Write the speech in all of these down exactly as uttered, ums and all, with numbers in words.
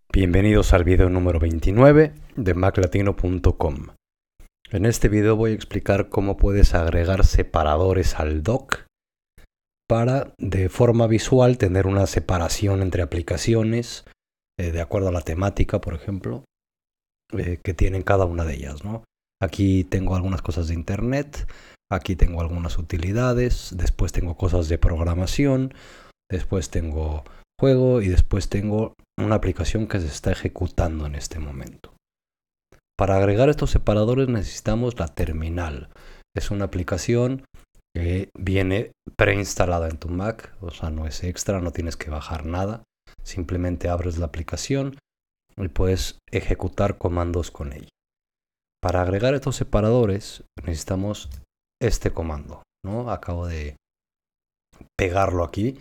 Bienvenidos al video número veintinueve de mac latino punto com. En este video voy a explicar cómo puedes agregar separadores al dock para de forma visual tener una separación entre aplicaciones eh, de acuerdo a la temática, por ejemplo, eh, que tienen cada una de ellas, ¿no? Aquí tengo algunas cosas de internet, aquí tengo algunas utilidades, después tengo cosas de programación, después tengo juego y después tengo una aplicación que se está ejecutando en este momento. Para agregar estos separadores necesitamos la terminal. Es una aplicación que viene preinstalada en tu Mac, o sea, no es extra, no tienes que bajar nada. Simplemente abres la aplicación y puedes ejecutar comandos con ella. Para agregar estos separadores necesitamos este comando, ¿no? Acabo de pegarlo aquí.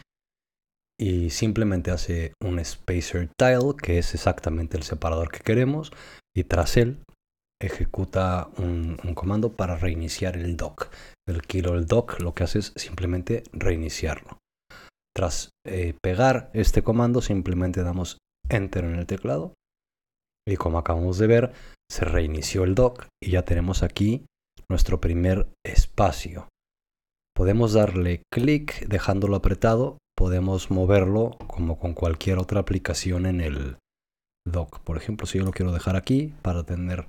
Y simplemente hace un spacer tile, que es exactamente el separador que queremos, y tras él ejecuta un, un comando para reiniciar el dock. El kilo del dock lo que hace es simplemente reiniciarlo. Tras eh, pegar este comando simplemente damos enter en el teclado y como acabamos de ver se reinició el dock y ya tenemos aquí nuestro primer espacio. Podemos darle clic dejándolo apretado. Podemos moverlo como con cualquier otra aplicación en el dock. Por ejemplo, si yo lo quiero dejar aquí para tener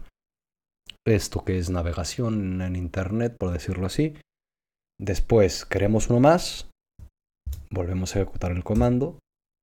esto que es navegación en internet, por decirlo así. Después queremos uno más. Volvemos a ejecutar el comando.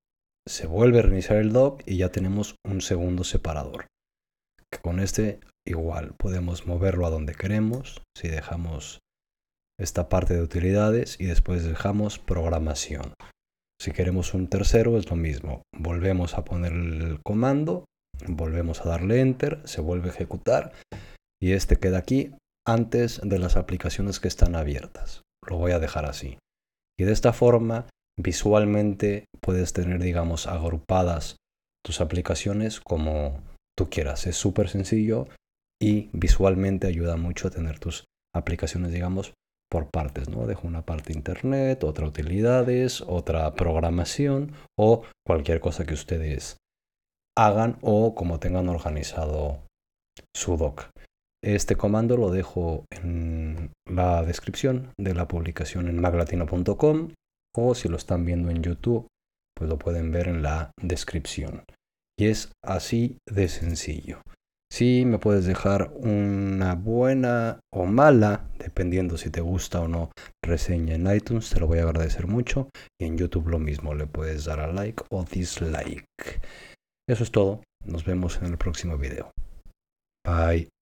Se vuelve a reiniciar el dock y ya tenemos un segundo separador. Que con este igual podemos moverlo a donde queremos. Si dejamos esta parte de utilidades y después dejamos programación. Si queremos un tercero es lo mismo. Volvemos a poner el comando, volvemos a darle enter, se vuelve a ejecutar y este queda aquí antes de las aplicaciones que están abiertas. Lo voy a dejar así. Y de esta forma visualmente puedes tener, digamos, agrupadas tus aplicaciones como tú quieras. Es súper sencillo y visualmente ayuda mucho a tener tus aplicaciones, digamos, por partes, ¿no? Dejo una parte internet, otra utilidades, otra programación o cualquier cosa que ustedes hagan o como tengan organizado su dock. Este comando lo dejo en la descripción de la publicación en mac latino punto com o si lo están viendo en YouTube, pues lo pueden ver en la descripción. Y es así de sencillo. Sí, me puedes dejar una buena o mala, dependiendo si te gusta o no, reseña en iTunes, te lo voy a agradecer mucho. Y en YouTube lo mismo, le puedes dar a like o dislike. Eso es todo, nos vemos en el próximo video. Bye.